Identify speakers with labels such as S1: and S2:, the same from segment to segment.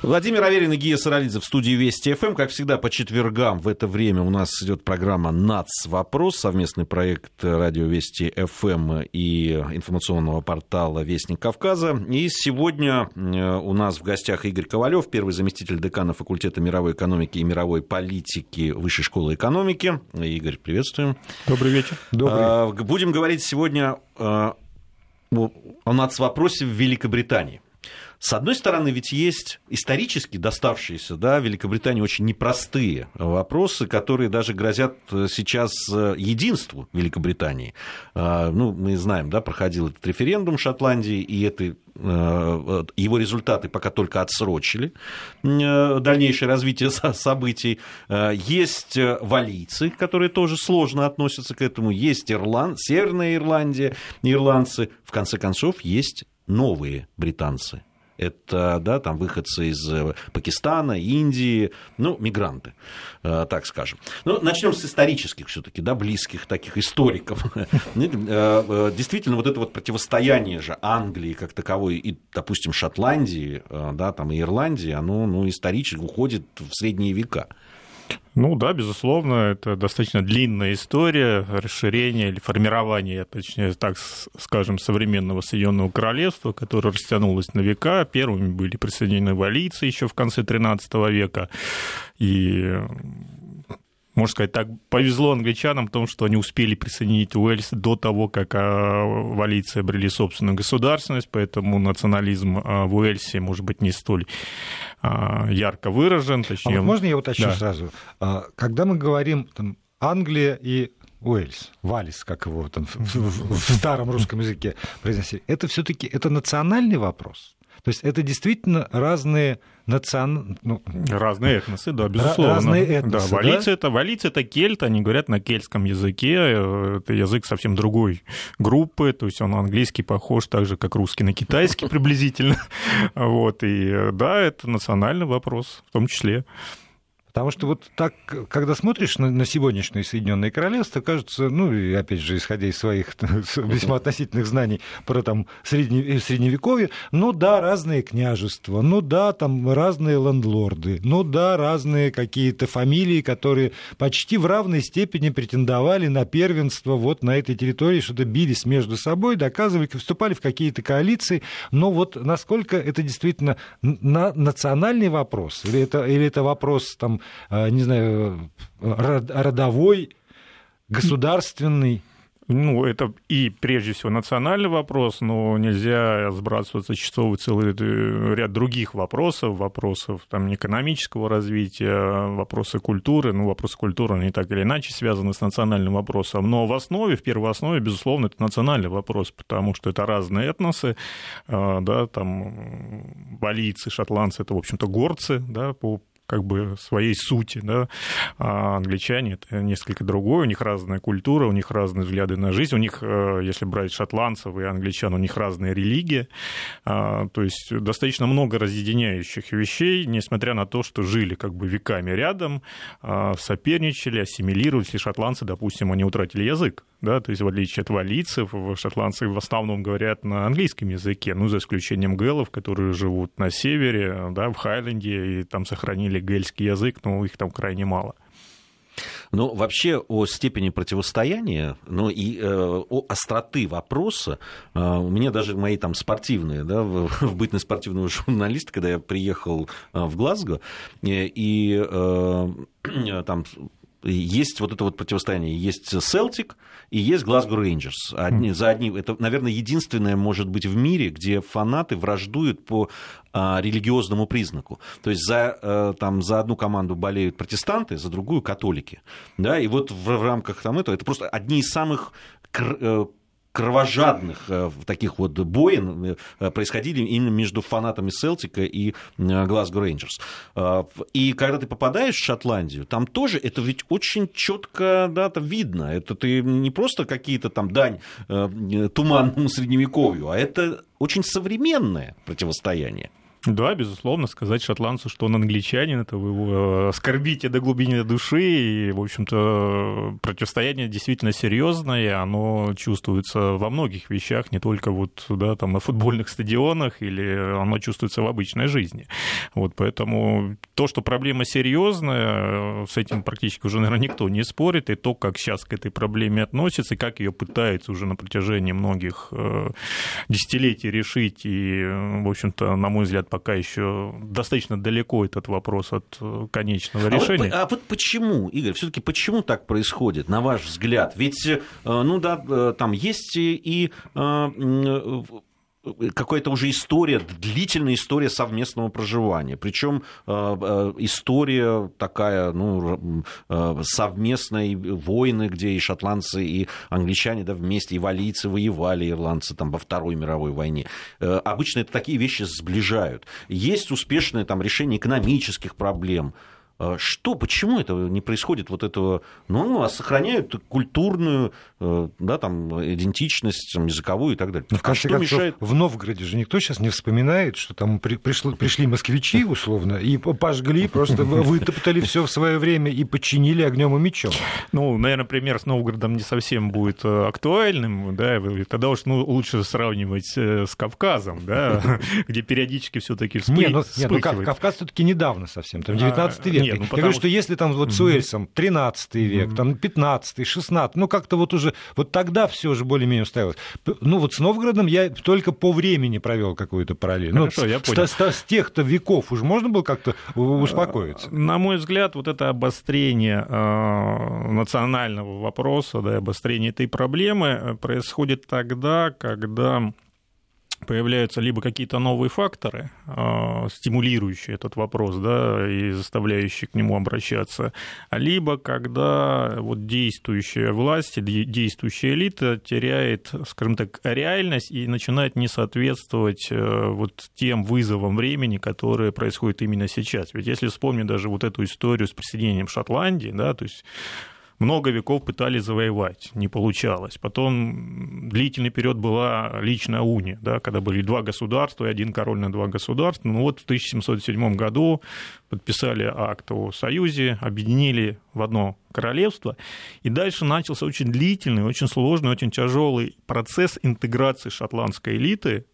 S1: Владимир Аверин и Гия Саралидзе в студии Вести ФМ. Как всегда, по четвергам в это время у нас идет программа «Нацвопрос», совместный проект радио Вести ФМ и информационного портала «Вестник Кавказа». И сегодня у нас в гостях Игорь Ковалев, первый заместитель декана факультета мировой экономики и мировой политики Высшей школы экономики. Игорь, приветствуем.
S2: Добрый вечер.
S1: Добрый. Будем говорить сегодня о нацвопросе в Великобритании. С одной стороны, ведь есть исторически доставшиеся Великобритании очень непростые вопросы, которые даже грозят сейчас единству Великобритании. Мы знаем, проходил этот референдум в Шотландии, и его результаты пока только отсрочили дальнейшее развитие событий. Есть валлийцы, которые тоже сложно относятся к этому. Есть Северная Ирландия, ирландцы. В конце концов, есть новые британцы. Это, там выходцы из Пакистана, Индии, мигранты, так скажем. Начнем с исторических все-таки, близких таких историков. Действительно, вот это вот противостояние же Англии как таковой и, допустим, Шотландии, и Ирландии, оно исторически уходит в средние века.
S2: Безусловно, это достаточно длинная история расширения или формирования, точнее, так скажем, современного Соединенного Королевства, которое растянулось на века. Первыми были присоединены валлийцы еще в конце XIII века. И, можно сказать, так повезло англичанам в том, что они успели присоединить Уэльс до того, как валлийцы обрели собственную государственность, поэтому национализм в Уэльсе, может быть, не столь ярко выражен. Точнее...
S3: можно я уточню сразу? Когда мы говорим Англия и Уэльс, Валлис, как его в старом русском языке произносили, это все-таки национальный вопрос? То есть это действительно разные
S2: разные этносы, безусловно.
S3: Разные этносы,
S2: валлийцы это кельты, они говорят на кельтском языке, это язык совсем другой группы, то есть он английский похож так же, как русский на китайский приблизительно. Это национальный вопрос в том числе.
S3: Потому что так, когда смотришь на сегодняшнее Соединенное Королевство, кажется, и опять же, исходя из своих весьма относительных знаний про Средневековье, разные княжества, разные лендлорды, разные какие-то фамилии, которые почти в равной степени претендовали на первенство на этой территории, что-то бились между собой, доказывали, вступали в какие-то коалиции, но насколько это действительно национальный вопрос, или это вопрос не знаю, родовой, государственный?
S2: Это и прежде всего национальный вопрос, но нельзя сбрасывать со счетов целый ряд других вопросов экономического развития, вопросы культуры. Вопросы культуры, они так или иначе связаны с национальным вопросом. Но в первооснове, безусловно, это национальный вопрос, потому что это разные этносы. Валлийцы, шотландцы — это, в общем-то, горцы, по своей сути, а англичане — это несколько другое, у них разная культура, у них разные взгляды на жизнь, у них, если брать шотландцев и англичан, у них разная религия, то есть достаточно много разъединяющих вещей, несмотря на то, что жили веками рядом, соперничали, ассимилировались, и шотландцы, допустим, они утратили язык. То есть, в отличие от валлийцев, шотландцы в основном говорят на английском языке, за исключением гэллов, которые живут на севере, в Хайленде, и там сохранили гельский язык, но их там крайне мало.
S1: Вообще о степени противостояния, и о остроты вопроса, у меня даже мои спортивные, в бытность спортивного журналиста, когда я приехал в Глазго, и там есть это противостояние, есть Celtic и есть Glasgow Rangers. Это, наверное, единственное, может быть, в мире, где фанаты враждуют по религиозному признаку. То есть за одну команду болеют протестанты, за другую — католики. И в рамках этого это просто одни из самых кровожадных таких боин происходили именно между фанатами Селтика и Глазго Рейнджерс. И когда ты попадаешь в Шотландию, там тоже это ведь очень четко видно. Это ты не просто какие-то дань туманному средневековью, а это очень современное противостояние.
S2: Да, безусловно, сказать шотландцу, что он англичанин, это вы его оскорбите до глубины души, и, в общем-то, противостояние действительно серьезное, оно чувствуется во многих вещах, не только вот, да, там, на футбольных стадионах, или оно чувствуется в обычной жизни. Вот, поэтому то, что проблема серьезная, с этим практически уже, наверное, никто не спорит, и то, как сейчас к этой проблеме относятся, и как ее пытаются уже на протяжении многих десятилетий решить, и, в общем-то, на мой взгляд, пока еще достаточно далеко этот вопрос от конечного решения.
S1: А вот почему, Игорь, все-таки почему так происходит, на ваш взгляд? Ведь, ну да, там есть и какая-то уже история, длительная история совместного проживания. Причем история такая, ну, совместной войны, где и шотландцы, и англичане, да, вместе, и валлийцы воевали, ирландцы там во Второй мировой войне. Обычно это такие вещи сближают. Есть успешное там решение экономических проблем. Почему это не происходит, вот этого, ну, сохраняют культурную, да, там, идентичность, там, языковую и так далее.
S3: Но в конце концов, мешает? В Новгороде же никто сейчас не вспоминает, что там пришли москвичи, условно, и пожгли, просто вытоптали все в свое время и подчинили огнем и мечом.
S2: Ну, наверное, пример с Новгородом не совсем будет актуальным, да, тогда уж, ну, лучше сравнивать с Кавказом, да, где периодически все-таки вспыхивает.
S3: Нет, Кавказ все-таки недавно совсем, там 19 век. Я говорю, что если там вот с Уэльсом 13 век, там 15, 16, ну как-то вот уже, вот тогда все же более-менее устраивалось. Ну вот с Новгородом я только по времени провел какую-то параллель.
S2: Хорошо,
S3: ну,
S2: я понял.
S3: С тех-то веков уже можно было как-то успокоиться?
S2: На мой взгляд, вот это обострение национального вопроса, да, обострение этой проблемы происходит тогда, когда появляются либо какие-то новые факторы, стимулирующие этот вопрос, да, и заставляющие к нему обращаться, либо когда вот действующая власть, действующая элита теряет, скажем так, реальность и начинает не соответствовать вот тем вызовам времени, которые происходят именно сейчас. Ведь если вспомнить даже вот эту историю с присоединением Шотландии, да, то есть много веков пытались завоевать, не получалось. Потом длительный период была личная уния, да, когда были два государства и один король на два государства. Ну вот в 1707 году подписали акт о союзе, объединили в одно королевство, и дальше начался очень длительный, очень сложный, очень тяжелый процесс интеграции шотландской элиты,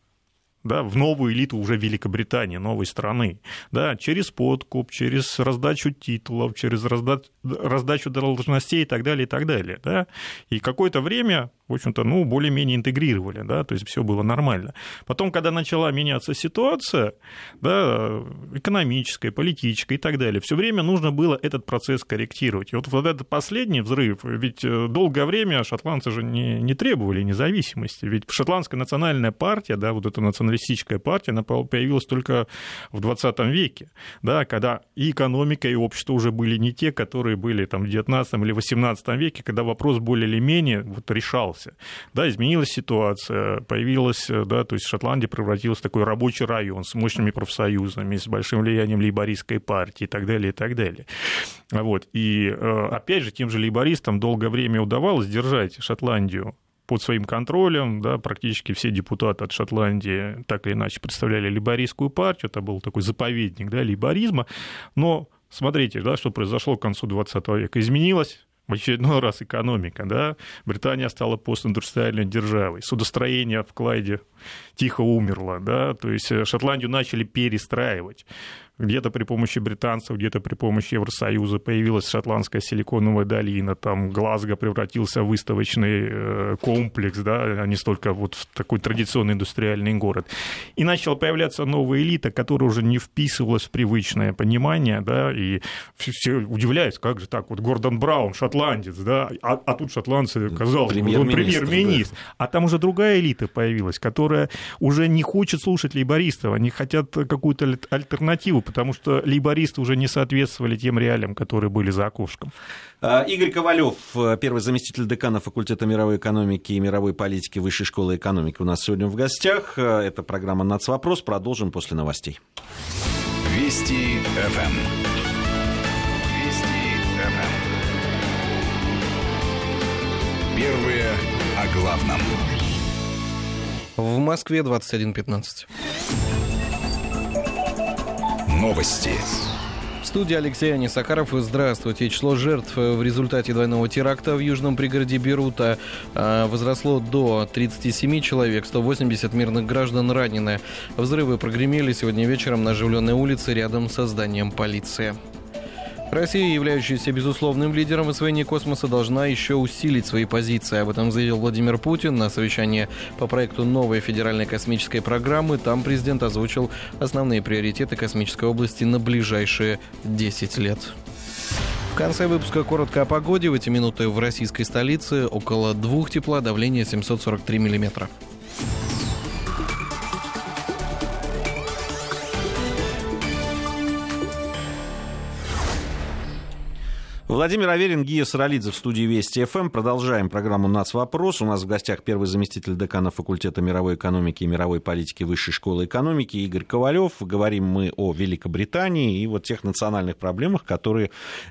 S2: да, в новую элиту уже Великобритании, новой страны, да, через подкуп, через раздачу титулов, через раздачу должностей и так далее, и так далее. Да. И какое-то время, в общем-то, ну, более-менее интегрировали, да, то есть все было нормально. Потом, когда начала меняться ситуация, да, экономическая, политическая и так далее, все время нужно было этот процесс корректировать. И вот этот последний взрыв, ведь долгое время шотландцы же не требовали независимости, ведь шотландская национальная партия, да, вот эта националистическая партия, она появилась только в 20 веке, да, когда и экономика, и общество уже были не те, которые были там в 19 или 18 веке, когда вопрос более или менее вот решался. Да, изменилась ситуация, появилась, да, то есть Шотландия превратилась в такой рабочий район с мощными профсоюзами, с большим влиянием лейбористской партии и так далее, и так далее. Вот. И опять же, тем же лейбористам долгое время удавалось держать Шотландию под своим контролем, да, практически все депутаты от Шотландии так или иначе представляли лейбористскую партию, это был такой заповедник, да, лейборизма, но смотрите, да, что произошло к концу 20 века, изменилось в очередной раз экономика, да, Британия стала постиндустриальной державой, судостроение в Клайде тихо умерло, да, то есть Шотландию начали перестраивать. Где-то при помощи британцев, где-то при помощи Евросоюза появилась шотландская силиконовая долина, там Глазго превратился в выставочный комплекс, да, а не столько вот в такой традиционный индустриальный город. И начала появляться новая элита, которая уже не вписывалась в привычное понимание, да, и все удивляются, как же так, вот Гордон Браун, шотландец, да, а тут шотландцы, казалось бы, он премьер-министр. Да. А там уже другая элита появилась, которая уже не хочет слушать лейбористов, они хотят какую-то альтернативу, потому что лейбористы уже не соответствовали тем реалиям, которые были за окошком.
S1: Игорь Ковалев, первый заместитель декана факультета мировой экономики и мировой политики Высшей школы экономики, у нас сегодня в гостях. Это программа «Нацвопрос». Продолжим после новостей.
S4: Вести ФМ. Первые о главном.
S5: В Москве 21:15.
S4: Новости.
S5: В студии Алексей Анисакаров. Здравствуйте. Число жертв в результате двойного теракта в южном пригороде Бейрута возросло до 37 человек, 180 мирных граждан ранены. Взрывы прогремели сегодня вечером на оживленной улице рядом со зданием полиции. Россия, являющаяся безусловным лидером в освоении космоса, должна еще усилить свои позиции. Об этом заявил Владимир Путин на совещании по проекту новой федеральной космической программы. Там президент озвучил основные приоритеты космической области на ближайшие 10 лет. В конце выпуска коротко о погоде. В эти минуты в российской столице около 2 тепла, давление 743 миллиметра.
S1: Владимир Аверин, Гия Саралидзе в студии Вести ФМ. Продолжаем программу «Нацвопрос». У нас в гостях первый заместитель декана факультета мировой экономики и мировой политики Высшей школы экономики Игорь Ковалев. Говорим мы о Великобритании и вот тех национальных проблемах, которые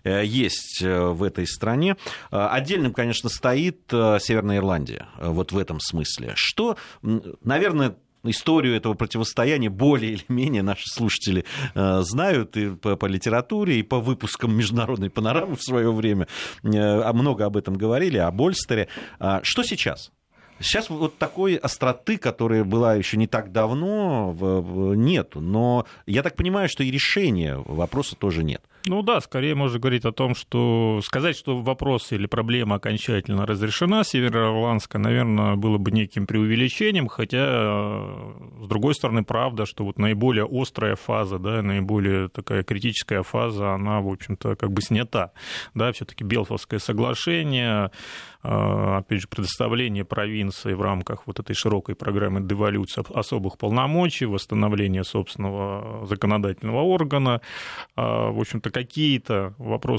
S1: есть в этой стране. Отдельным, конечно, стоит Северная Ирландия вот в этом смысле. Что, наверное, историю этого противостояния более или менее наши слушатели знают и по литературе, и по выпускам «Международной панорамы» в свое время. Много об этом говорили, об Ольстере. Что сейчас? Сейчас вот такой остроты, которая была еще не так давно, нету. Но я так понимаю, что и решения вопроса тоже нет.
S2: Ну да, скорее можно говорить о том, что сказать, что вопрос или проблема окончательно разрешена, североирландская, наверное, было бы неким преувеличением, хотя, с другой стороны, правда, что вот наиболее острая фаза, да, наиболее такая критическая фаза, она, в общем-то, как бы снята. Да, все-таки Белфастское соглашение, опять же, предоставление провинции в рамках вот этой широкой программы деволюции особых полномочий, восстановление собственного законодательного органа, в общем-то, какие-то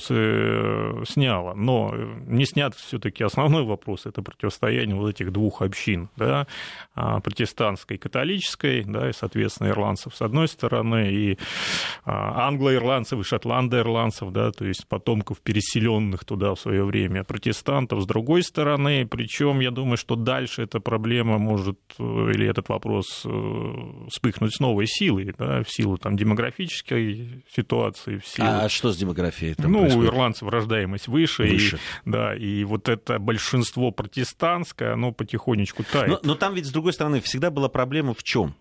S2: вопросы сняло, но не снят все-таки основной вопрос, это противостояние вот этих двух общин, да, протестантской и католической, да, и, соответственно, ирландцев с одной стороны, и англо-ирландцев и шотландо-ирландцев, да, то есть потомков переселенных туда в свое время протестантов с другой стороны, причем я думаю, что дальше эта проблема может, или этот вопрос вспыхнуть с новой силой, да, в силу там демографической ситуации, в силу...
S1: А что с демографией там
S2: происходит?
S1: У
S2: ирландцев рождаемость выше. И, да, и вот это большинство протестантское, оно потихонечку тает.
S1: Но там ведь, с другой стороны, всегда была проблема в чем?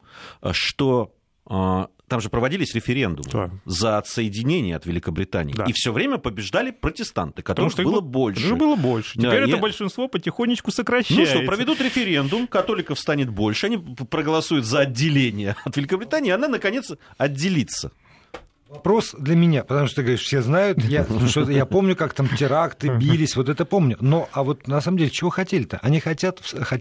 S1: Что там же проводились референдумы за отсоединение от Великобритании. Да. И все время побеждали протестанты, которых было больше.
S2: Было больше. Теперь это большинство потихонечку сокращается.
S1: Ну что, проведут референдум, католиков станет больше, они проголосуют за отделение от Великобритании, и она, наконец, отделится.
S3: Вопрос для меня, потому что ты говоришь, все знают, я помню, как там теракты бились, вот это помню. Но, а вот на самом деле, чего хотели-то? Они хотят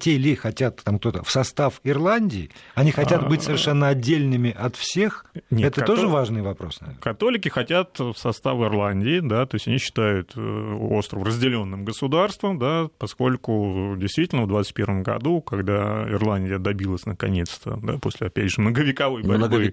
S3: там кто-то в состав Ирландии, они хотят быть совершенно отдельными от всех? Нет, это тоже важный вопрос, наверное.
S2: Католики хотят в состав Ирландии, да, то есть они считают остров разделенным государством, да, поскольку действительно в 2021 году, когда Ирландия добилась наконец-то, да, после, опять же, многовековой борьбы,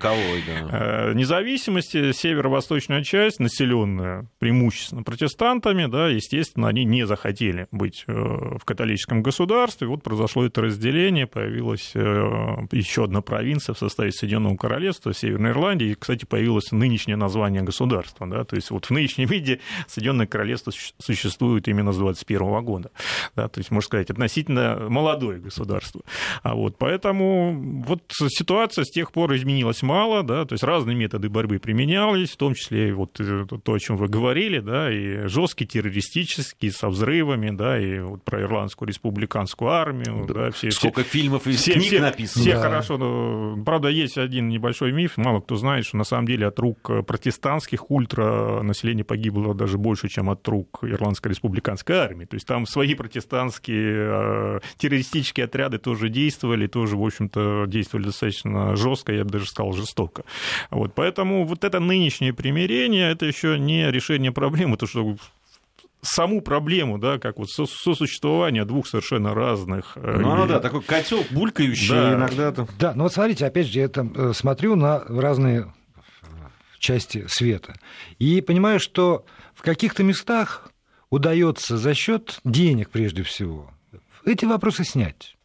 S2: независимости, северо-восточная часть, населенная преимущественно протестантами, да, естественно, они не захотели быть в католическом государстве. Вот произошло это разделение, появилась еще одна провинция в составе Соединенного Королевства, Северной Ирландии, и, кстати, появилось нынешнее название государства. Да, то есть вот в нынешнем виде Соединенное Королевство существует именно с 2021 года. Да, то есть, можно сказать, относительно молодое государство. Вот, поэтому вот ситуация с тех пор изменилась мало, да, то есть разные методы борьбы применялись, в том числе вот то, о чем вы говорили, да, и жесткие террористические, со взрывами, да, и вот про Ирландскую республиканскую армию. Да,
S1: сколько фильмов и книг написано.
S2: Все хорошо. Но, правда, есть один небольшой миф, мало кто знает, что на самом деле от рук протестантских ультра население погибло даже больше, чем от рук Ирландской республиканской армии. То есть там свои протестантские террористические отряды тоже действовали, тоже, в общем-то, действовали достаточно жестко, я бы даже сказал, жестоко. Вот, поэтому вот это нынешнее примирение, это еще не решение проблемы, то что саму проблему, да, как вот сосуществование двух совершенно разных...
S1: да, такой котел булькающий, да, иногда-то.
S3: Да, ну вот смотрите, опять же, я там смотрю на разные части света и понимаю, что в каких-то местах удается за счет денег, прежде всего, эти вопросы снять.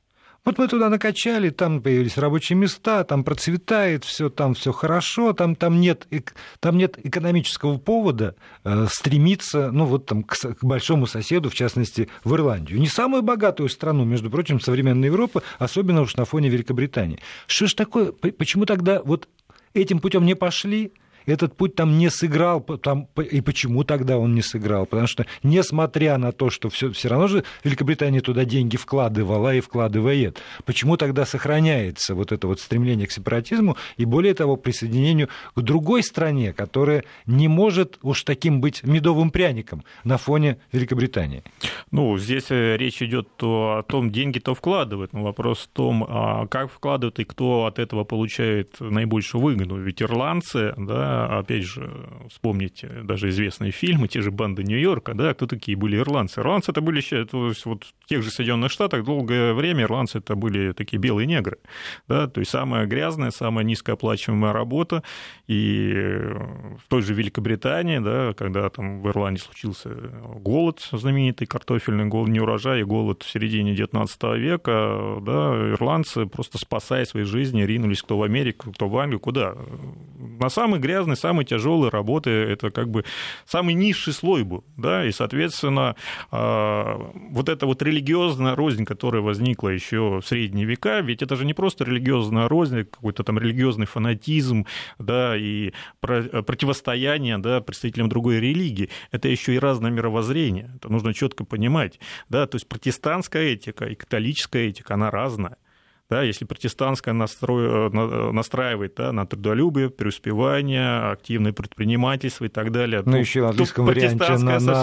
S3: Вот мы туда накачали, там появились рабочие места, там процветает все, там все хорошо, там нет экономического повода стремиться, ну, вот там к большому соседу, в частности, в Ирландию. Не самую богатую страну, между прочим, современной Европы, особенно уж на фоне Великобритании. Что ж такое? Почему тогда вот этим путем не пошли? Этот путь там не сыграл, там, и почему тогда он не сыграл? Потому что, несмотря на то, что все равно же Великобритания туда деньги вкладывала и вкладывает, почему тогда сохраняется вот это вот стремление к сепаратизму и, более того, присоединению к другой стране, которая не может уж таким быть медовым пряником на фоне Великобритании?
S2: Ну, здесь речь идет о том, деньги-то вкладывают, но вопрос в том, как вкладывают и кто от этого получает наибольшую выгоду. Ведь ирландцы, да, опять же, вспомните даже известные фильмы, те же «Банды Нью-Йорка», да, кто такие были ирландцы? Ирландцы это были, то есть вот в тех же Соединенных Штатах долгое время ирландцы это были такие белые негры, да, то есть самая грязная, самая низкооплачиваемая работа, и в той же Великобритании, да, когда там в Ирландии случился голод, знаменитый картофельный голод, неурожай и голод в середине XIX века, да, ирландцы, просто спасая свои жизни, ринулись кто в Америку, кто в Англию, куда? На самый грязный, самые тяжелые работы, это как бы самый низший слой был, да, и, соответственно, вот эта вот религиозная рознь, которая возникла еще в средние века, ведь это же не просто религиозная рознь, какой-то там религиозный фанатизм, да, и противостояние, да, представителям другой религии, это еще и разное мировоззрение, это нужно четко понимать, да, то есть протестантская этика и католическая этика, она разная. Да, если протестантская настраивает, да, на трудолюбие, преуспевание, активное предпринимательство и так далее.
S3: Ну, еще в английском варианте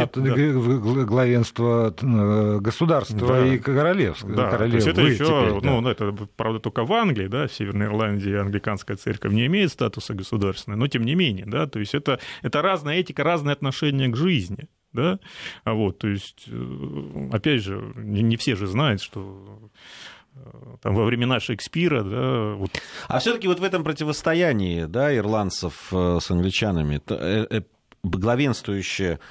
S3: на главенство государства, да, и королевства.
S2: Да, то есть это еще, теперь, да. Ну, это, правда, только в Англии, да, в Северной Ирландии англиканская церковь не имеет статуса государственной, но тем не менее, да, то есть это разная этика, разное отношение к жизни. Да? Вот, то есть, опять же, не все же знают, что там, во времена Шекспира, да, вот.
S1: А все-таки вот в этом противостоянии, да, ирландцев с англичанами главенствующее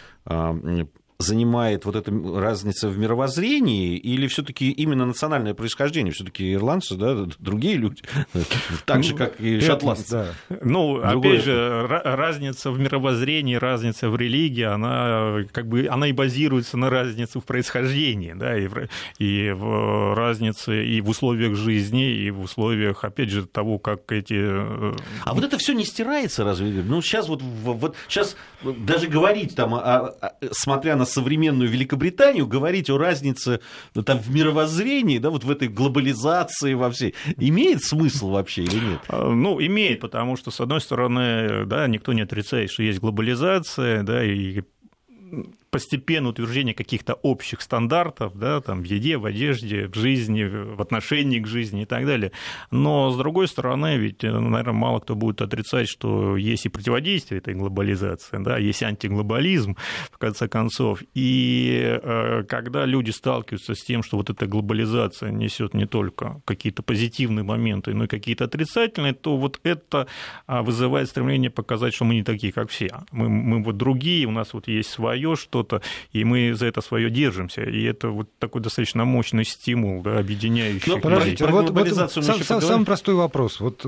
S1: занимает вот эта разница в мировоззрении или все-таки именно национальное происхождение? Все-таки ирландцы, да, другие люди, так же, как и шотландцы. Да.
S2: Ну, опять же, разница в мировоззрении, разница в религии, она как бы она и базируется на разнице в происхождении, да, и в разнице и в условиях жизни, и в условиях, опять же, того, как эти...
S1: А вот это все не стирается, разве? Ну, сейчас вот сейчас даже говорить там, смотря на современную Великобританию, говорить о разнице там, в мировоззрении, да, вот в этой глобализации во всей, имеет смысл вообще или нет?
S2: Ну, имеет, потому что, с одной стороны, да, никто не отрицает, что есть глобализация, да, и постепенное утверждение каких-то общих стандартов, да, там, в еде, в одежде, в жизни, в отношении к жизни и так далее. Но, с другой стороны, ведь, наверное, мало кто будет отрицать, что есть и противодействие этой глобализации, да, есть антиглобализм, в конце концов. И когда люди сталкиваются с тем, что вот эта глобализация несет не только какие-то позитивные моменты, но и какие-то отрицательные, то вот это вызывает стремление показать, что мы не такие, как все. Мы вот другие, у нас вот есть свое что-то, и мы за это свое держимся. И это вот такой достаточно мощный стимул, да, объединяющий.
S3: Но, подождите, самый простой вопрос. Вот,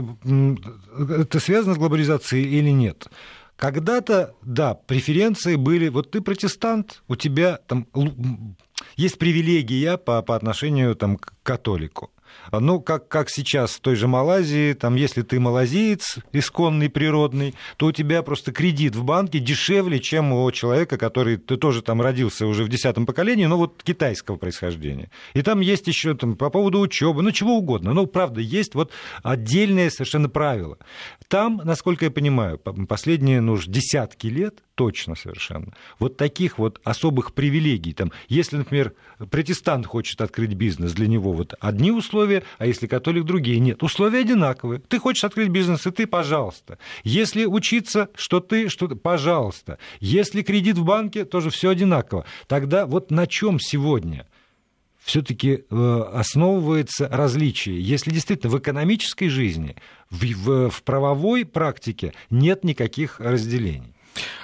S3: это связано с глобализацией или нет? Когда-то, да, преференции были, вот ты протестант, у тебя там есть привилегия по отношению там, к католику. Ну, как сейчас в той же Малайзии, там, если ты малазиец исконный, природный, то у тебя просто кредит в банке дешевле, чем у человека, который ты тоже там родился уже в 10-м поколении, но вот китайского происхождения. И там есть еще там, по поводу учебы, ну, чего угодно. Ну, правда, есть вот отдельные совершенно правила. Там, насколько я понимаю, последние, ну, десятки лет, точно совершенно, вот таких вот особых привилегий. Там, если, например, протестант хочет открыть бизнес, для него вот одни условия, а если католик, другие. Нет, условия одинаковые. Ты хочешь открыть бизнес, и ты, пожалуйста. Если учиться, что ты, пожалуйста. Если кредит в банке, тоже все одинаково. Тогда вот на чем сегодня все-таки основывается различие? Если действительно в экономической жизни, в правовой практике нет никаких разделений.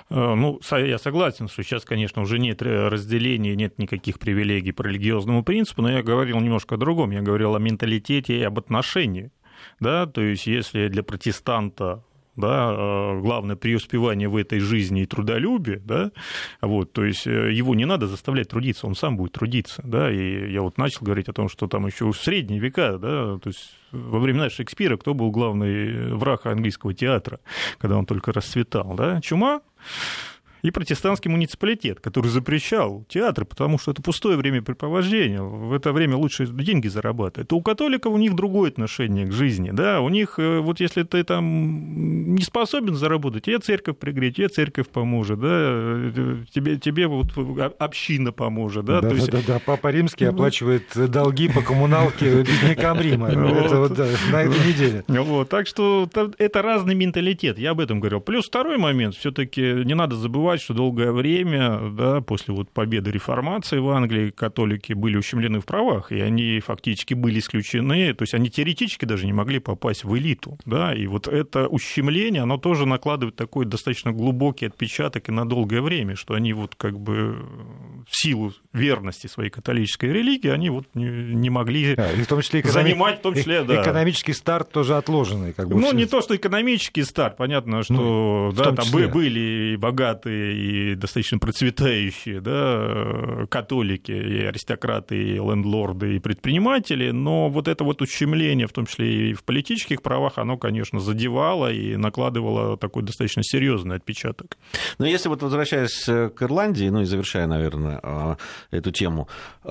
S2: Ну, я согласен, что сейчас, конечно, уже нет разделения, нет никаких привилегий по религиозному принципу, но я говорил немножко о другом. Я говорил о менталитете и об отношении. Да? То есть, если для протестанта, да, главное преуспевание в этой жизни и трудолюбие, да, вот, то есть его не надо заставлять трудиться, он сам будет трудиться, да, и я вот начал говорить о том, что там еще в средние века, да, то есть во времена Шекспира кто был главный враг английского театра, когда он только расцветал, да, чума и протестантский муниципалитет, который запрещал театры, потому что это пустое времяпрепровождение, в это время лучше деньги зарабатывать. То у католиков у них другое отношение к жизни, да, у них, вот если ты там не способен заработать, тебе церковь пригреть, тебе церковь поможет, да, тебе вот община поможет, да.
S3: Да, Папа Римский оплачивает долги по коммуналке беднякам Рима, это вот на этой неделе.
S2: Вот, так что это разный менталитет, я об этом говорил. Плюс второй момент, все-таки не надо забывать, что долгое время, да, после вот победы реформации в Англии католики были ущемлены в правах, и они фактически были исключены, то есть они теоретически даже не могли попасть в элиту, да, и вот это ущемление, оно тоже накладывает такой достаточно глубокий отпечаток и на долгое время, что они вот как бы в силу верности своей католической религии, они вот не могли
S3: и в том числе
S2: занимать, в том числе, да.
S3: Экономический старт тоже отложенный. Как бы,
S2: ну, не то, что экономический старт, понятно, что да, там были и богатые, и достаточно процветающие, да, католики, и аристократы, и лендлорды, и предприниматели, но вот это вот ущемление, в том числе и в политических правах, оно, конечно, задевало и накладывало такой достаточно серьезный отпечаток.
S1: Но если вот возвращаясь к Ирландии, ну и завершая, наверное, эту тему,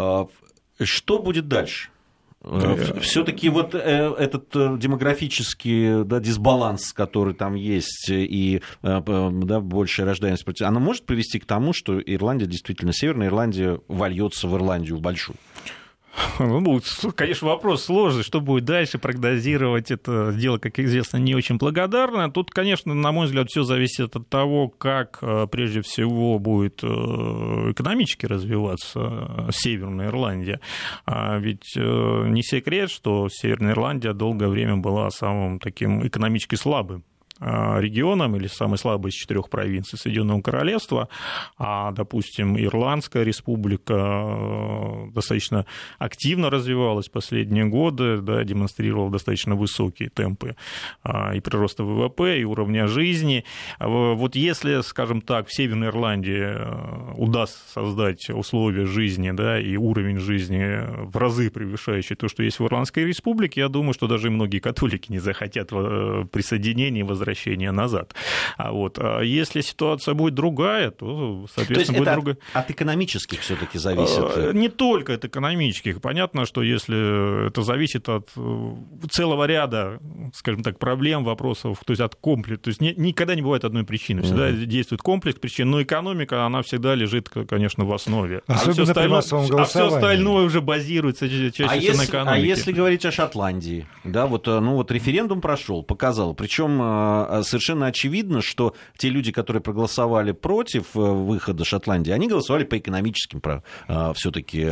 S1: что будет дальше? Все-таки вот этот демографический, да, дисбаланс, который там есть, и да, большая рождаемость, она может привести к тому, что Ирландия, действительно, Северная Ирландия вольется в Ирландию большую?
S2: Ну, конечно, вопрос сложный, что будет дальше, прогнозировать это дело, как известно, не очень благодарное. Тут, конечно, на мой взгляд, все зависит от того, как, прежде всего, будет экономически развиваться Северная Ирландия. Ведь не секрет, что Северная Ирландия долгое время была самым таким экономически слабым регионом или самой слабой из 4 провинций Соединенного Королевства, а, допустим, Ирландская республика достаточно активно развивалась в последние годы, да, демонстрировала достаточно высокие темпы и прироста ВВП, и уровня жизни. Вот если, скажем так, в Северной Ирландии удастся создать условия жизни, да, и уровень жизни в разы превышающий то, что есть в Ирландской республике, я думаю, что даже многие католики не захотят присоединения и возвращения назад. А если ситуация будет другая, то, соответственно, будет другая.
S1: От экономических все-таки зависит?
S2: Не только от экономических. Понятно, что если это зависит от целого ряда, скажем так, проблем, вопросов, то есть от комплекса, то есть никогда не бывает одной причины. Всегда действует комплекс причин, но экономика, она всегда лежит, конечно, в основе.
S3: Особенно при массовом голосовании.
S2: А все остальное уже базируется чаще всего на экономике.
S1: А если говорить о Шотландии, да, вот референдум прошел, показал, причем совершенно очевидно, что те люди, которые проголосовали против выхода Шотландии, они голосовали по экономическим все-таки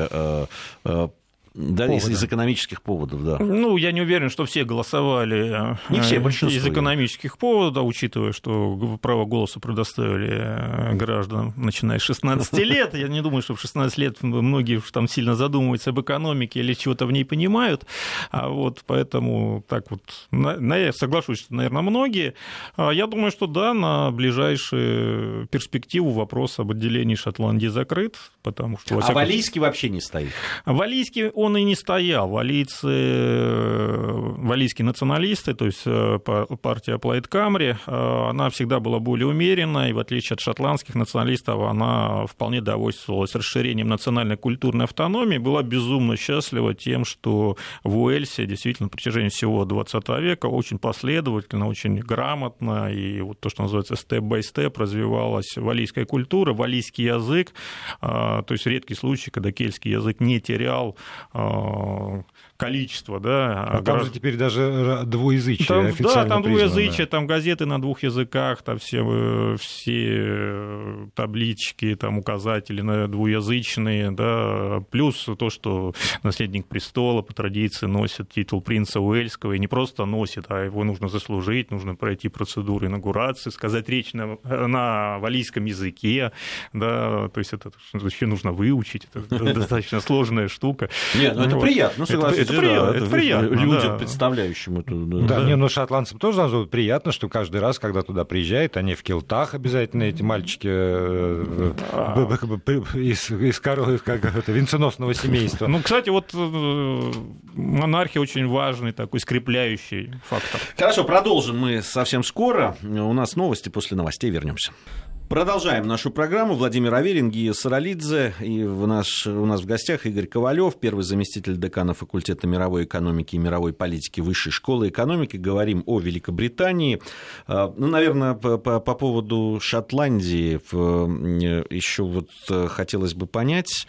S1: да, из экономических поводов, да.
S2: Ну, я не уверен, что все голосовали
S1: не все,
S2: из экономических поводов, учитывая, что право голоса предоставили гражданам, начиная с 16 лет. Я не думаю, что в 16 лет многие там сильно задумываются об экономике или чего-то в ней понимают. Поэтому так вот, я соглашусь, что, наверное, многие. Я думаю, что да, на ближайшую перспективу вопрос об отделении Шотландии закрыт, потому что...
S1: А Валлийский вообще не стоит?
S2: Валлийский он и не стоял. Валлийские националисты, то есть партия Plaid Cymru, она всегда была более умеренна, и в отличие от шотландских националистов, она вполне довольствовалась расширением национальной культурной автономии, была безумно счастлива тем, что в Уэльсе действительно на протяжении всего 20 века очень последовательно, очень грамотно, и вот то, что называется степ-бай-степ, развивалась валлийская культура, валлийский язык, то есть редкий случай, когда кельтский язык не терял количество, да.
S3: Там же теперь даже двуязычие
S2: там,
S3: официально
S2: да, там
S3: признано.
S2: двуязычие, там газеты на двух языках, там все таблички, там указатели на двуязычные, да, плюс то, что наследник престола по традиции носит титул принца Уэльского, и не просто носит, а его нужно заслужить, нужно пройти процедуру инаугурации, сказать речь на валлийском языке, да, то есть это вообще нужно выучить, это достаточно сложная штука.
S1: Нет, ну это приятно, согласен.
S2: Это приятно,
S1: людям, представляющим эту...
S3: Да, не, но шотландцам тоже должно быть приятно, что каждый раз, когда туда приезжают, они в килтах обязательно, эти мальчики из венценосного семейства.
S2: Ну, кстати, вот монархия очень важный такой скрепляющий фактор.
S1: Хорошо, продолжим мы совсем скоро. У нас новости, после новостей вернемся. Продолжаем нашу программу. Владимир Аверин, Гия Саралидзе. И у нас в гостях Игорь Ковалев, первый заместитель декана факультета мировой экономики и мировой политики Высшей школы экономики. Говорим о Великобритании. Ну, наверное, по поводу Шотландии еще вот хотелось бы понять.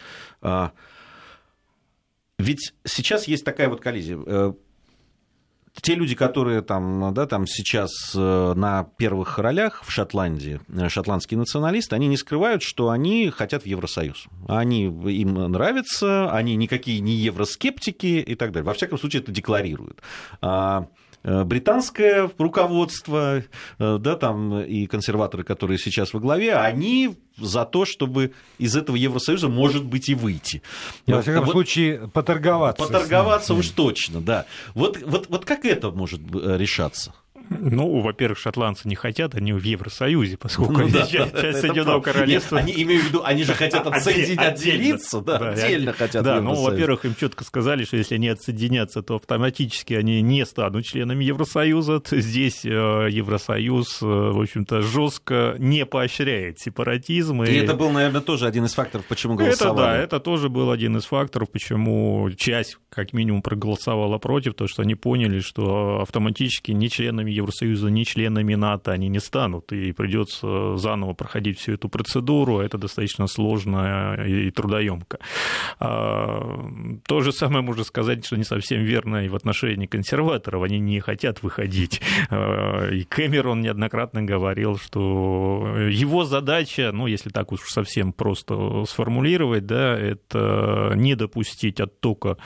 S1: Ведь сейчас есть такая вот коллизия. Те люди, которые там сейчас на первых ролях в Шотландии, шотландские националисты, они не скрывают, что они хотят в Евросоюз. Им нравится, они никакие не евроскептики и так далее. Во всяком случае, это декларируют. Британское руководство, да, там и консерваторы, которые сейчас во главе, они за то, чтобы из этого Евросоюза, может быть, и выйти.
S3: Во всяком случае, поторговаться.
S1: Поторговаться уж точно, да. Вот как это может решаться?
S2: Ну, во-первых, шотландцы не хотят, они в Евросоюзе, поскольку часть Соединенного Королевства...
S1: Они имеют в виду, они же хотят отделиться, отдельно хотят.
S2: Да, ну, во-первых, им четко сказали, что если они отсоединятся, то автоматически они не станут членами Евросоюза. Здесь Евросоюз, в общем-то, жестко не поощряет сепаратизм.
S1: И это был, наверное, тоже один из факторов, почему голосовали.
S2: Это тоже был один из факторов, почему часть, как минимум, проголосовала против, потому что они поняли, что автоматически ни членами Евросоюза, ни членами НАТО они не станут, и придется заново проходить всю эту процедуру, это достаточно сложно и трудоемко. То же самое можно сказать, что не совсем верно и в отношении консерваторов, они не хотят выходить. И Кэмерон неоднократно говорил, что его задача, ну, если так уж совсем просто сформулировать, да, это не допустить оттока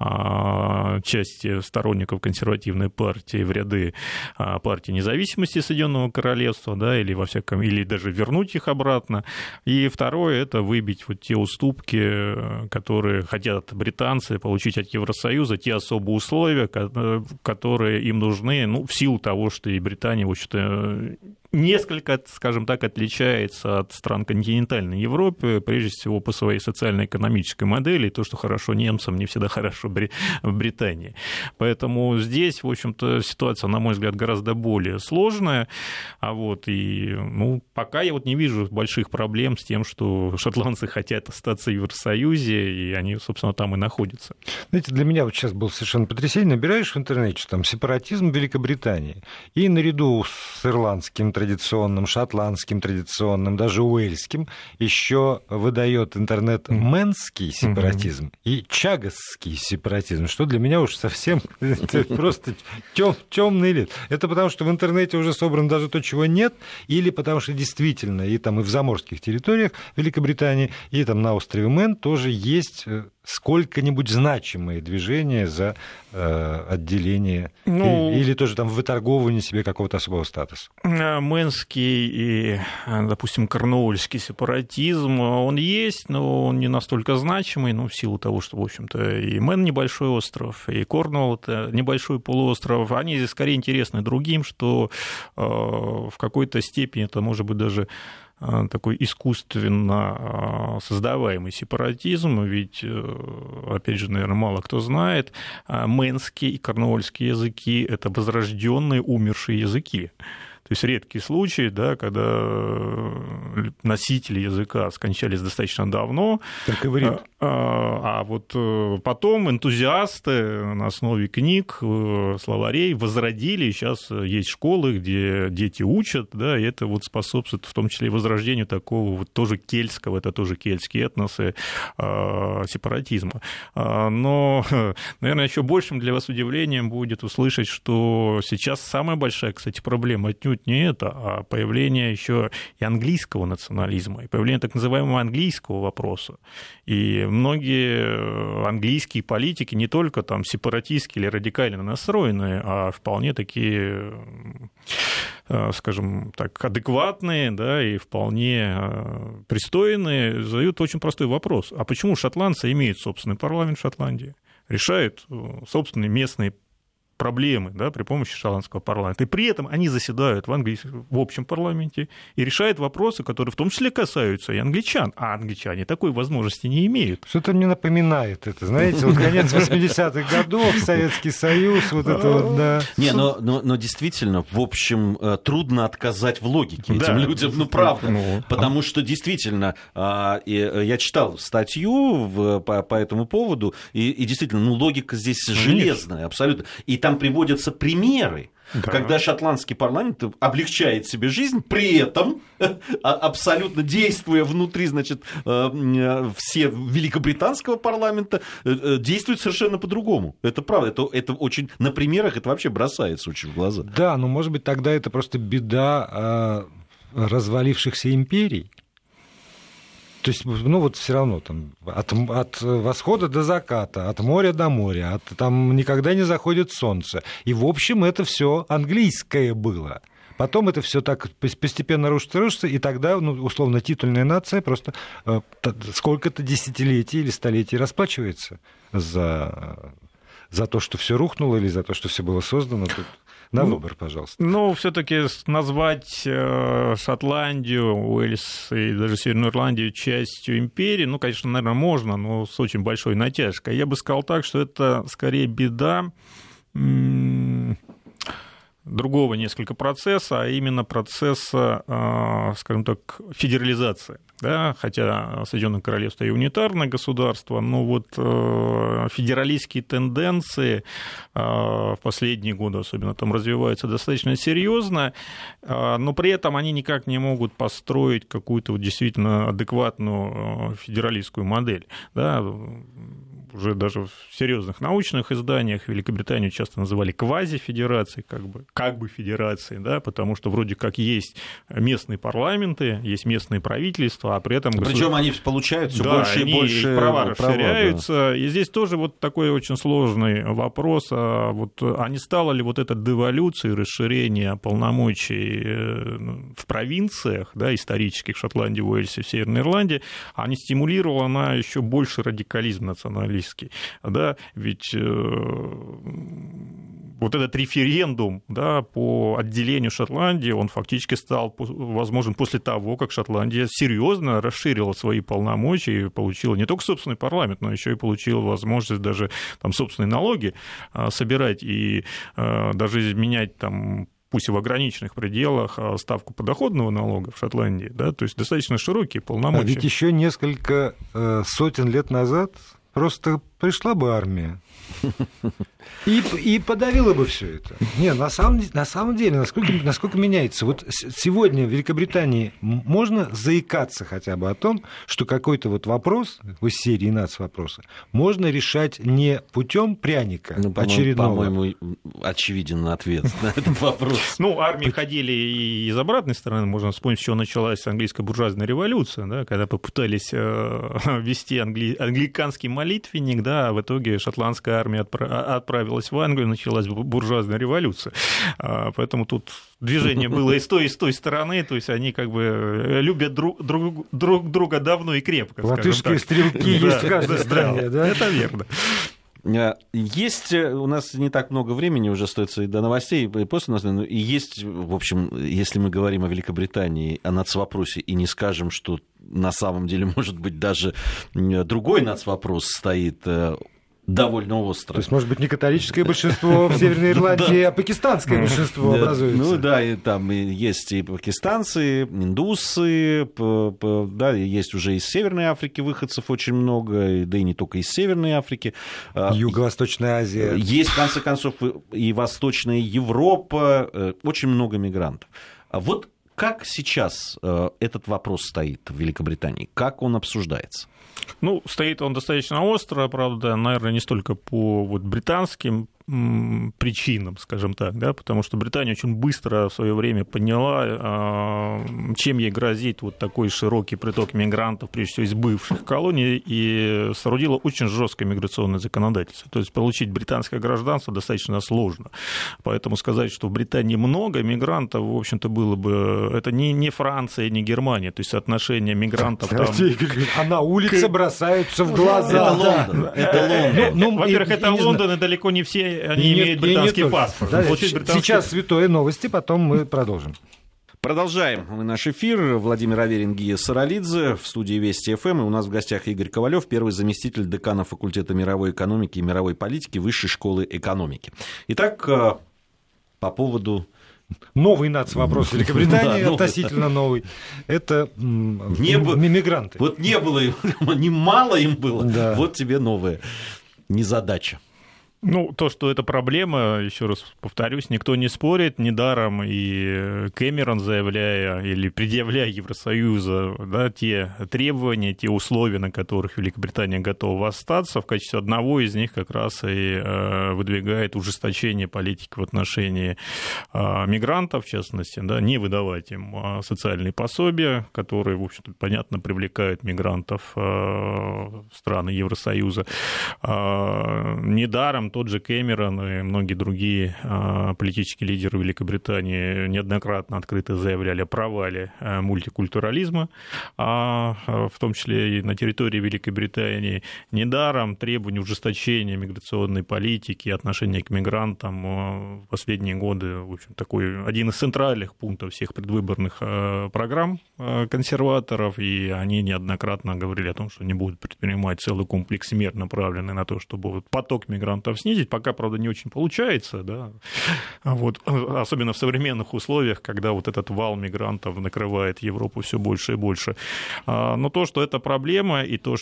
S2: части сторонников консервативной партии в ряды партии независимости Соединенного Королевства, да, или даже вернуть их обратно. И второе – это выбить вот те уступки, которые хотят британцы получить от Евросоюза, те особые условия, которые им нужны, ну, в силу того, что и Британия, в общем-то, несколько, скажем так, отличается от стран континентальной Европы, прежде всего по своей социально-экономической модели, и то, что хорошо немцам, не всегда хорошо в Британии. Поэтому здесь, в общем-то, ситуация, на мой взгляд, гораздо более сложная. Пока я вот не вижу больших проблем с тем, что шотландцы хотят остаться в Евросоюзе, и они, собственно, там и находятся.
S3: Знаете, для меня вот сейчас было совершенно потрясение. Набираешь в интернете там сепаратизм Великобритании, и наряду с ирландским традиционным, шотландским традиционным, даже уэльским, еще выдает интернет мэнский сепаратизм и чагасский сепаратизм, что для меня уж совсем просто темный лет. Это потому, что в интернете уже собрано даже то, чего нет, или потому что действительно и там и в заморских территориях Великобритании, и там на острове Мэн тоже есть сколько-нибудь значимые движения за отделение или тоже там выторговывание себе какого-то особого статуса.
S2: Мэнский и, допустим, корнуольский сепаратизм, он есть, но он не настолько значимый, в силу того, что, в общем-то, и Мэн небольшой остров, и Корнуолл — это небольшой полуостров, они здесь скорее интересны другим, что в какой-то степени это может быть даже такой искусственно создаваемый сепаратизм, ведь, опять же, наверное, мало кто знает, мэнский и корнуольский языки — это возрожденные, умершие языки. То есть редкий случай, да, когда носители языка скончались достаточно давно.
S3: Как иврит.
S2: А вот потом энтузиасты на основе книг, словарей возродили, и сейчас есть школы, где дети учат, да, и это вот способствует в том числе и возрождению такого вот тоже кельтского, это тоже кельтские этносы, сепаратизма. Но, наверное, еще большим для вас удивлением будет услышать, что сейчас самая большая, кстати, проблема отнюдь не это, а появление еще и английского национализма, и появление так называемого английского вопроса. И многие английские политики, не только там сепаратистские или радикально настроенные, а вполне такие, скажем так, адекватные, да, и вполне пристойные, задают очень простой вопрос. А почему шотландцы имеют собственный парламент в Шотландии, решают собственные местные проблемы, да, при помощи шотландского парламента. И при этом они заседают в общем парламенте и решают вопросы, которые в том числе касаются и англичан. А англичане такой возможности не имеют.
S3: Что-то мне напоминает это. Знаете, вот конец 80-х годов, Советский Союз, вот это вот, да.
S1: Не, но действительно, в общем, трудно отказать в логике этим людям, ну, правда. Потому что действительно, я читал статью по этому поводу, и действительно, ну, логика здесь железная, абсолютно. И там приводятся примеры, когда шотландский парламент облегчает себе жизнь, при этом абсолютно действуя внутри, значит, все великобританского парламента, действует совершенно по-другому. Это правда, это очень на примерах это вообще бросается очень в глаза.
S3: Да, но может быть тогда это просто беда развалившихся империй. То есть, ну вот все равно там от восхода до заката, от моря до моря, там никогда не заходит солнце. И, в общем, это все английское было. Потом это все так постепенно рушится, и тогда, ну, условно, титульная нация просто сколько-то десятилетий или столетий расплачивается за то, что все рухнуло, или за то, что все было создано. Тут на выбор, пожалуйста.
S2: Ну, все-таки назвать Шотландию, Уэльс и даже Северную Ирландию частью империи, ну, конечно, наверное, можно, но с очень большой натяжкой. Я бы сказал так, что это скорее беда другого несколько процесса, а именно процесса, скажем так, федерализации. Да? Хотя Соединенное Королевство и унитарное государство, но вот федералистские тенденции в последние годы особенно там развиваются достаточно серьезно, но при этом они никак не могут построить какую-то вот действительно адекватную федералистскую модель. Да? Уже даже в серьезных научных изданиях Великобританию часто называли квазифедерацией, как бы федерацией, да, потому что вроде как есть местные парламенты, есть местные правительства, а при этом...
S1: Причем они получают все больше и больше
S2: права расширяются. Да. И здесь тоже вот такой очень сложный вопрос, а не стало ли вот эта деволюция, расширение полномочий в провинциях, да, исторических, в Шотландии, в Уэльсе, в Северной Ирландии, а не стимулировала она еще больше радикализм националистический. Да, ведь вот этот референдум, да, по отделению Шотландии, он фактически стал возможен после того, как Шотландия серьезно расширила свои полномочия и получила не только собственный парламент, но еще и получила возможность даже там собственные налоги собирать и даже изменять там, пусть и в ограниченных пределах, ставку подоходного налога в Шотландии, да, то есть достаточно широкие полномочия.
S3: А ведь еще несколько сотен лет назад просто пришла бы армия и подавила бы все это. Не, на самом деле, насколько меняется. Вот сегодня в Великобритании можно заикаться хотя бы о том, что какой-то вот вопрос из серии нацвопроса можно решать не путем пряника очередного.
S1: По-моему, очевиден ответ на этот вопрос.
S2: Ну, армии ходили и из обратной стороны. Можно вспомнить, с чего началась английская буржуазная революция, да, когда попытались ввести англиканский молитвенник, да, а в итоге шотландская армия отправилась в Англию, началась буржуазная революция. Поэтому тут движение было и с той стороны, то есть они как бы любят друг друга давно и крепко.
S3: Латышские стрелки есть в каждой стране, да?
S2: Это верно.
S1: Есть, у нас не так много времени уже остается и до новостей, и после новостей, и есть, в общем, если мы говорим о Великобритании, о нацвопросе, и не скажем, что на самом деле, может быть, даже другой нацвопрос стоит довольно остро.
S3: То есть, может быть, не католическое большинство в Северной Ирландии, а пакистанское большинство образуется.
S1: Ну да, и там есть и пакистанцы, индусы, да, есть уже из Северной Африки выходцев очень много, да и не только из Северной Африки.
S3: Юго-Восточная Азия.
S1: Есть, в конце концов, и Восточная Европа, очень много мигрантов. А вот как сейчас этот вопрос стоит в Великобритании? Как он обсуждается?
S2: Ну, стоит он достаточно остро, правда, наверное, не столько по вот британским причинам, скажем так, да, потому что Британия очень быстро в свое время поняла, чем ей грозит вот такой широкий приток мигрантов, прежде всего из бывших колоний, и соорудила очень жесткое миграционное законодательство. То есть получить британское гражданство достаточно сложно. Поэтому сказать, что в Британии много мигрантов, в общем-то, было бы... Это не Франция, не Германия. То есть соотношение мигрантов там...
S3: А на улице бросаются в глаза.
S1: Это Лондон.
S2: Во-первых, это Лондон, и далеко не все они имеют британский паспорт.
S3: Да, сейчас святое новости, потом мы продолжим.
S1: Продолжаем мы наш эфир. Владимир Аверин, Гия Саралидзе в студии Вести ФМ. И у нас в гостях Игорь Ковалев, первый заместитель декана факультета мировой экономики и мировой политики Высшей школы экономики. Итак, по поводу...
S3: Новый нацвопрос Великобритании, относительно новый. Это мигранты.
S1: Вот не было им, немало им было,
S3: да.
S1: Вот тебе новая незадача.
S2: Ну, то, что это проблема, еще раз повторюсь, никто не спорит, недаром и Кэмерон, заявляя или предъявляя Евросоюзу, да, те требования, те условия, на которых Великобритания готова остаться, в качестве одного из них как раз и выдвигает ужесточение политики в отношении мигрантов, в частности, да, не выдавать им социальные пособия, которые, в общем-то, понятно, привлекают мигрантов в страны Евросоюза. Недаром тот же Кэмерон и многие другие политические лидеры Великобритании неоднократно открыто заявляли о провале мультикультурализма, в том числе и на территории Великобритании. Недаром требования ужесточения миграционной политики и отношения к мигрантам в последние годы, в общем, такой один из центральных пунктов всех предвыборных программ консерваторов, и они неоднократно говорили о том, что они будут предпринимать целый комплекс мер, направленный на то, чтобы поток мигрантов снизить, пока, правда, не очень получается, да, вот, особенно в современных условиях, когда вот этот вал мигрантов накрывает Европу все больше и больше. Но то, что это проблема, и то,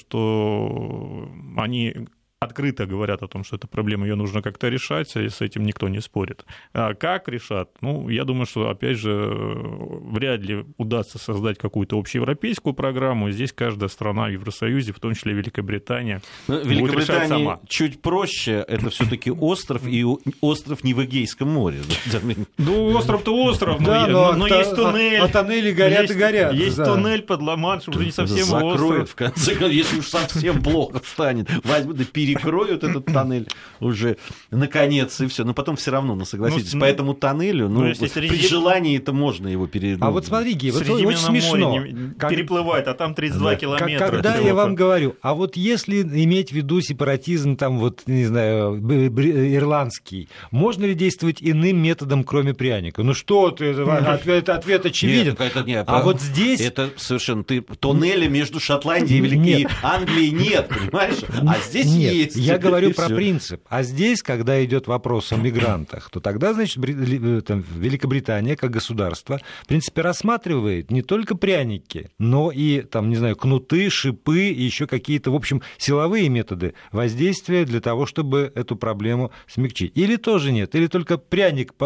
S2: что они открыто говорят о том, что эта проблема, ее нужно как-то решать, и с этим никто не спорит. Как решат? Ну, я думаю, что, опять же, вряд ли удастся создать какую-то общеевропейскую программу. Здесь каждая страна в Евросоюзе, в том числе Великобритания, будет решать сама.
S1: Чуть проще, это все-таки остров, и остров не в Эгейском море.
S2: Ну, остров-то остров, но есть туннель.
S3: А тоннели горят и горят.
S2: Есть туннель под Ла-Маншем, уже не совсем остров.
S1: Закроют, в конце концов, если уж совсем плохо станет. Возьмут и перекроют этот тоннель уже наконец, и все. Но потом все равно, согласитесь, по этому тоннелю, при желании это можно его перейти.
S3: А вот смотри, Гей, вот очень смешно.
S2: Переплывает, а там 32 километра.
S3: Когда я вам говорю, а вот если иметь в виду сепаратизм, там вот, не знаю, ирландский, можно ли действовать иным методом, кроме пряника? Ну что ты, ответ очевиден. А вот здесь...
S1: Это совершенно... Тоннеля между Шотландией и Англией нет, понимаешь? А здесь есть.
S3: Я говорю про принцип. А здесь, когда идет вопрос о мигрантах, то тогда, значит, Великобритания как государство, в принципе, рассматривает не только пряники, но и, там, не знаю, кнуты, шипы и еще какие-то, в общем, силовые методы воздействия для того, чтобы эту проблему смягчить. Или тоже нет, или только пряник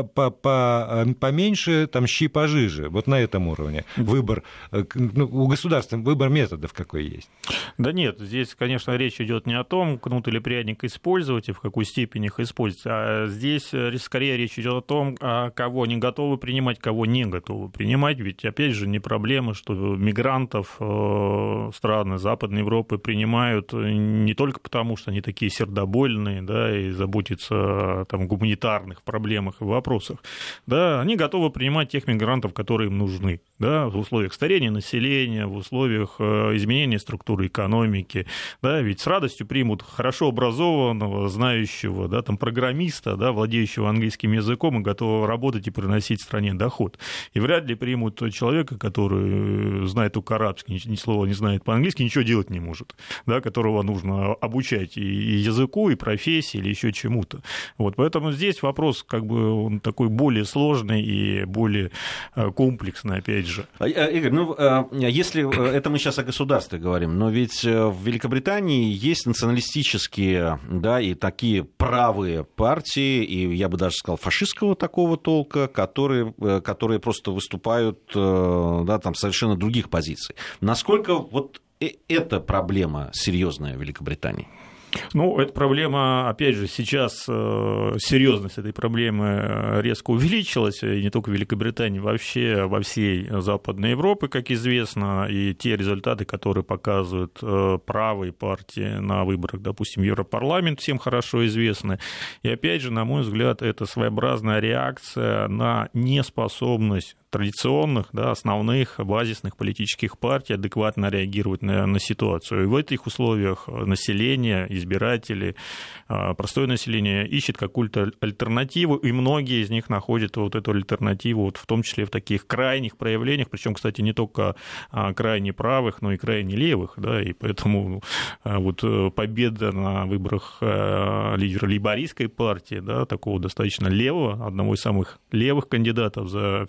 S3: поменьше, там, щи пожиже. Вот на этом уровне выбор, у государства выбор методов какой есть.
S2: Да нет, здесь, конечно, речь идет не о том, кнут или пряник использовать и в какой степени их использовать, а здесь скорее речь идет о том, кого они готовы принимать, кого не готовы принимать, ведь, опять же, не проблема, что мигрантов страны Западной Европы принимают не только потому, что они такие сердобольные, да, и заботятся о гуманитарных проблемах и вопросах, да, они готовы принимать тех мигрантов, которые им нужны, да, в условиях старения населения, в условиях изменения структуры экономики, да, ведь с радостью примут хорошо образованного, знающего, да, там, программиста, да, владеющего английским языком и готового работать и приносить стране доход. И вряд ли примут человека, который знает знает только арабский, ни слова не знает по-английски, ничего делать не может, да, которого нужно обучать и языку, и профессии, или еще чему-то. Вот, поэтому здесь вопрос как бы он такой более сложный и более комплексный, опять же.
S1: Игорь, ну, если это мы сейчас о государстве говорим, но ведь в Великобритании есть националистические, да, и такие правые партии, и я бы даже сказал фашистского такого толка, которые просто выступают, да, там совершенно других позиций. Насколько вот эта проблема серьезная в Великобритании?
S2: Ну, эта проблема, опять же, сейчас серьезность этой проблемы резко увеличилась, и не только в Великобритании, вообще во всей Западной Европе, как известно, и те результаты, которые показывают правые партии на выборах, допустим, в Европарламент, всем хорошо известны. И опять же, на мой взгляд, это своеобразная реакция на неспособность традиционных, да, основных базисных политических партий адекватно реагировать на ситуацию. И в этих условиях население, избиратели, простое население ищет какую-то альтернативу, и многие из них находят вот эту альтернативу, вот в том числе в таких крайних проявлениях, причем, кстати, не только крайне правых, но и крайне левых, да, и поэтому вот победа на выборах лидера лейбористской партии, да, такого достаточно левого, одного из самых левых кандидатов за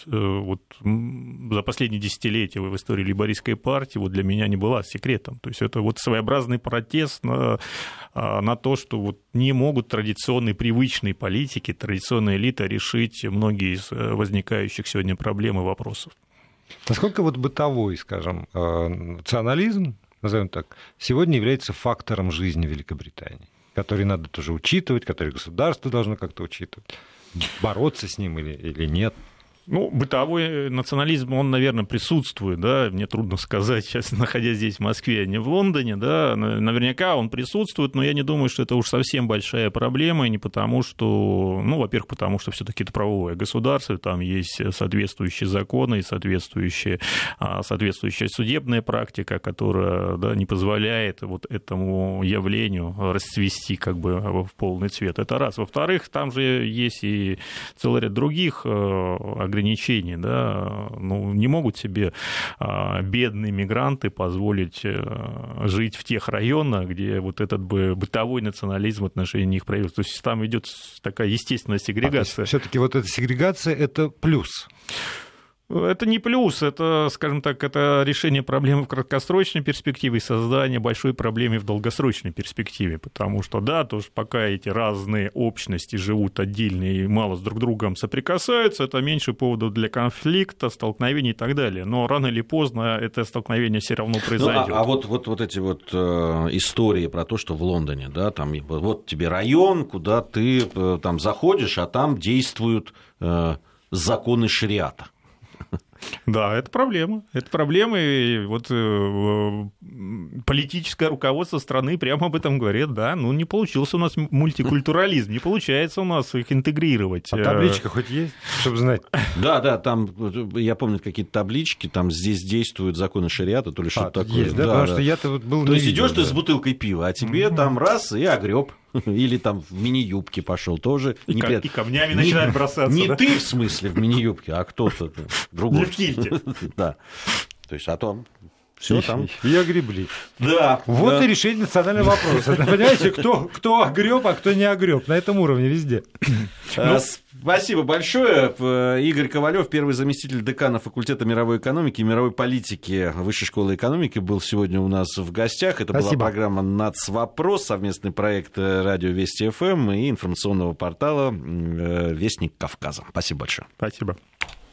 S2: последние десятилетия в истории лейбористской партии, вот для меня не была секретом. То есть это вот своеобразный протест на то, что вот не могут традиционные привычные политики, традиционная элита решить многие из возникающих сегодня проблем и вопросов.
S3: Насколько вот бытовой, скажем, национализм, назовем так, сегодня является фактором жизни Великобритании, который надо тоже учитывать, который государство должно как-то учитывать, бороться с ним или нет?
S2: Ну, бытовой национализм, он, наверное, присутствует, да, мне трудно сказать, сейчас, находясь здесь, в Москве, а не в Лондоне, да, наверняка он присутствует, но я не думаю, что это уж совсем большая проблема, и не потому, что, ну, во-первых, потому что все-таки это правовое государство, там есть соответствующие законы и соответствующая судебная практика, которая, да, не позволяет вот этому явлению расцвести как бы в полный цвет. Это раз. Во-вторых, там же есть и целый ряд других ограничений, да, ну, не могут себе бедные мигранты позволить жить в тех районах, где вот этот бытовой национализм в отношении них проявился. То есть там идет такая естественная сегрегация.
S3: Все-таки вот эта сегрегация — это плюс.
S2: Это не плюс, это, скажем так, это решение проблемы в краткосрочной перспективе и создание большой проблемы в долгосрочной перспективе, потому что, да, тоже пока эти разные общности живут отдельно и мало с друг другом соприкасаются, это меньше поводов для конфликта, столкновений и так далее, но рано или поздно это столкновение все равно произойдет.
S1: Ну, а вот эти вот истории про то, что в Лондоне, да, там вот тебе район, куда ты там заходишь, а там действуют законы шариата.
S2: Да, это проблема. Это проблема, и вот политическое руководство страны прямо об этом говорит, да, ну не получился у нас мультикультурализм, не получается у нас их интегрировать.
S3: А табличка хоть есть, чтобы знать?
S1: Да, там, я помню, какие-то таблички, там здесь действуют законы шариата, то ли что-то такое.
S3: Есть, да, потому что я-то вот был...
S1: То есть идешь ты с бутылкой пива, а тебе там раз и огреб. Или там в мини-юбке пошел тоже.
S2: И камнями начинают бросаться.
S1: Не ты, в смысле, в мини-юбке, а кто-то другой.
S2: Не в кильте.
S1: Да. То есть, а то все там.
S3: И огребли.
S1: Да.
S3: Вот и решение национального вопроса. Понимаете, кто огреб, а кто не огреб. На этом уровне везде.
S1: Спасибо большое. Игорь Ковалев, первый заместитель декана факультета мировой экономики и мировой политики Высшей школы экономики, был сегодня у нас в гостях. Это была программа «Нацвопрос», совместный проект радио Вести ФМ и информационного портала «Вестник Кавказа». Спасибо большое.
S2: Спасибо.